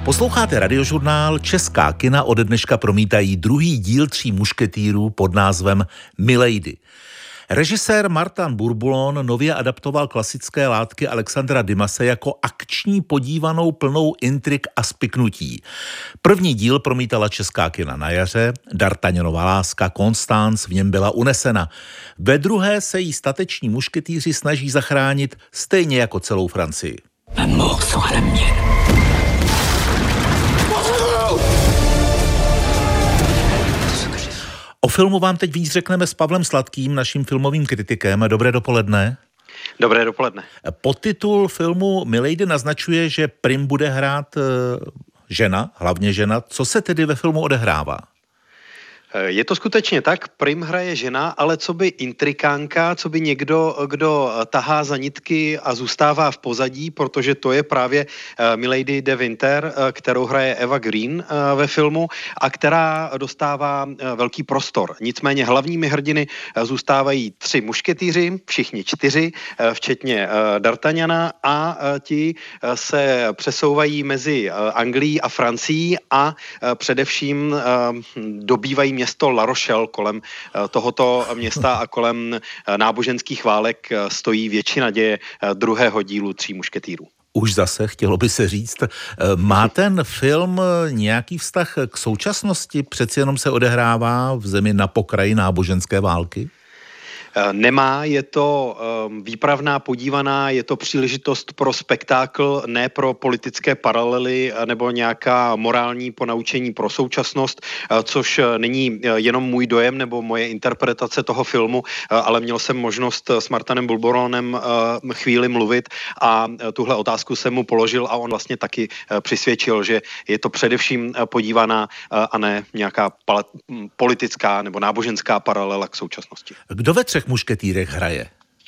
Posloucháte Radiožurnál. Česká kina ode dneška promítají druhý díl Tří mušketýrů pod názvem Milady. Režisér Martin Bourboulon nově adaptoval klasické látky Alexandra Dumase jako akční podívanou plnou intrik a spiknutí. První díl promítala česká kina na jaře, D'Artagnanova láska Constance v něm byla unesena. Ve druhé se jí stateční mušketýři snaží zachránit stejně jako celou Francii. O filmu vám teď víc řekneme s Pavlem Sladkým, naším filmovým kritikem. Dobré dopoledne. Dobré dopoledne. Podtitul filmu Milady naznačuje, že prim bude hrát žena, hlavně žena. Co se tedy ve filmu odehrává? Je to skutečně tak, prim hraje žena, ale co by intrikánka, co by někdo, kdo tahá za nitky a zůstává v pozadí, protože to je právě Milady de Winter, kterou hraje Eva Green ve filmu a která dostává velký prostor. Nicméně hlavními hrdiny zůstávají tři mušketýři, všichni čtyři, včetně D'Artagnana, a ti se přesouvají mezi Anglií a Francií a především dobývají město La Rochelle. Kolem tohoto města a kolem náboženských válek stojí většina děje druhého dílu Tří mušketýrů. Už zase, chtělo by se říct. Má ten film nějaký vztah k současnosti? Přeci jenom se odehrává v zemi na pokraji náboženské války? Nemá, je to výpravná podívaná, je to příležitost pro spektákl, ne pro politické paralely nebo nějaká morální ponaučení pro současnost, což není jenom můj dojem nebo moje interpretace toho filmu, ale měl jsem možnost s Martinem Bourboulanem chvíli mluvit a tuhle otázku jsem mu položil a on vlastně taky přisvědčil, že je to především podívaná a ne nějaká politická nebo náboženská paralela k současnosti. Kdo ve Třech mušketýrech hraje?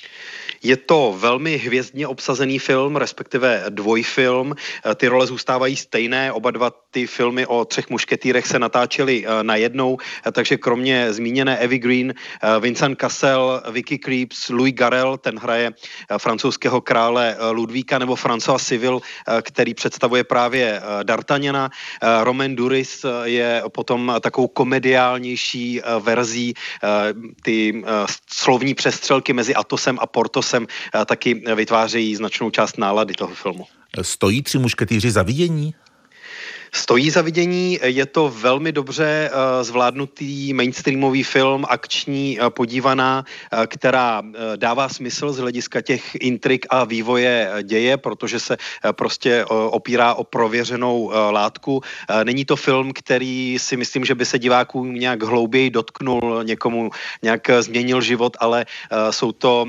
Je to velmi hvězdně obsazený film, respektive dvojfilm. Ty role zůstávají stejné, oba dva ty filmy o Třech mušketýrech se natáčely najednou, takže kromě zmíněné Evy Green, Vincent Cassel, Vicky Krieps, Louis Garrel, ten hraje francouzského krále Ludvíka, nebo François Civil, který představuje právě D'Artagnana. Romain Duris je potom takovou komediálnější verzí, ty slovní přestřelky mezi Atosem a Portosem taky vytvářejí značnou část nálady toho filmu. Stojí Tři mušketýři za vidění? Stojí za vidění, je to velmi dobře zvládnutý mainstreamový film, akční podívaná, která dává smysl z hlediska těch intrik a vývoje děje, protože se prostě opírá o prověřenou látku. Není to film, který si myslím, že by se diváků nějak hlouběji dotknul, někomu nějak změnil život, ale jsou to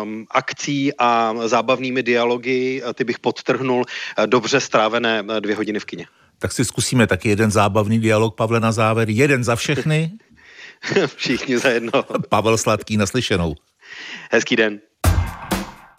akcí a zábavnými dialogy, ty bych podtrhnul, dobře strávené 2 hodiny v kině. Tak si zkusíme taky jeden zábavný dialog, Pavle, na závěr. Jeden za všechny. Všichni za jedno. Pavel Sladký, naslyšenou. Hezký den.